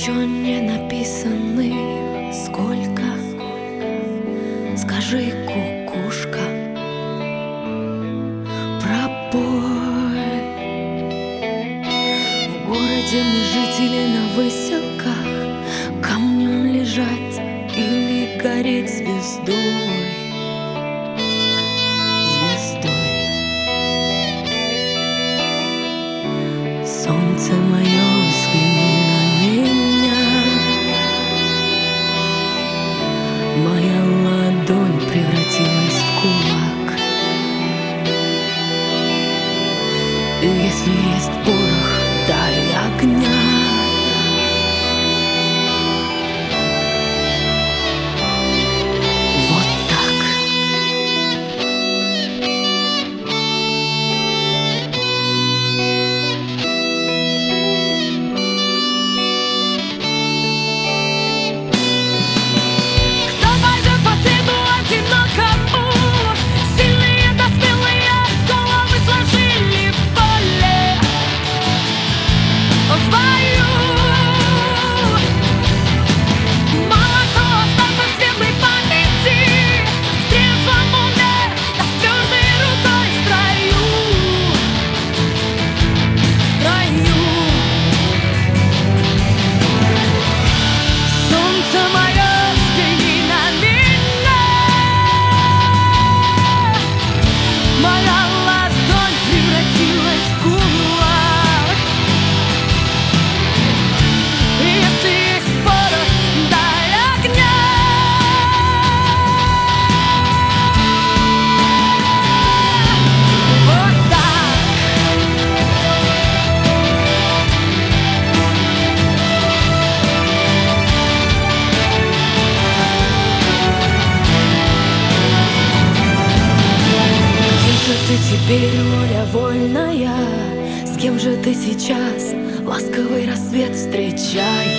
еще не написанных сколько? Скажи, кукушка, пробой. В городе мне жить или на выселках, камнем лежать или гореть звездой. Солнце мое, взгляни на меня. Моя ладонь превратилась в кулак. И если есть порох, дай огня. Ты теперь воля вольная, с кем же ты сейчас ласковый рассвет встречаешь?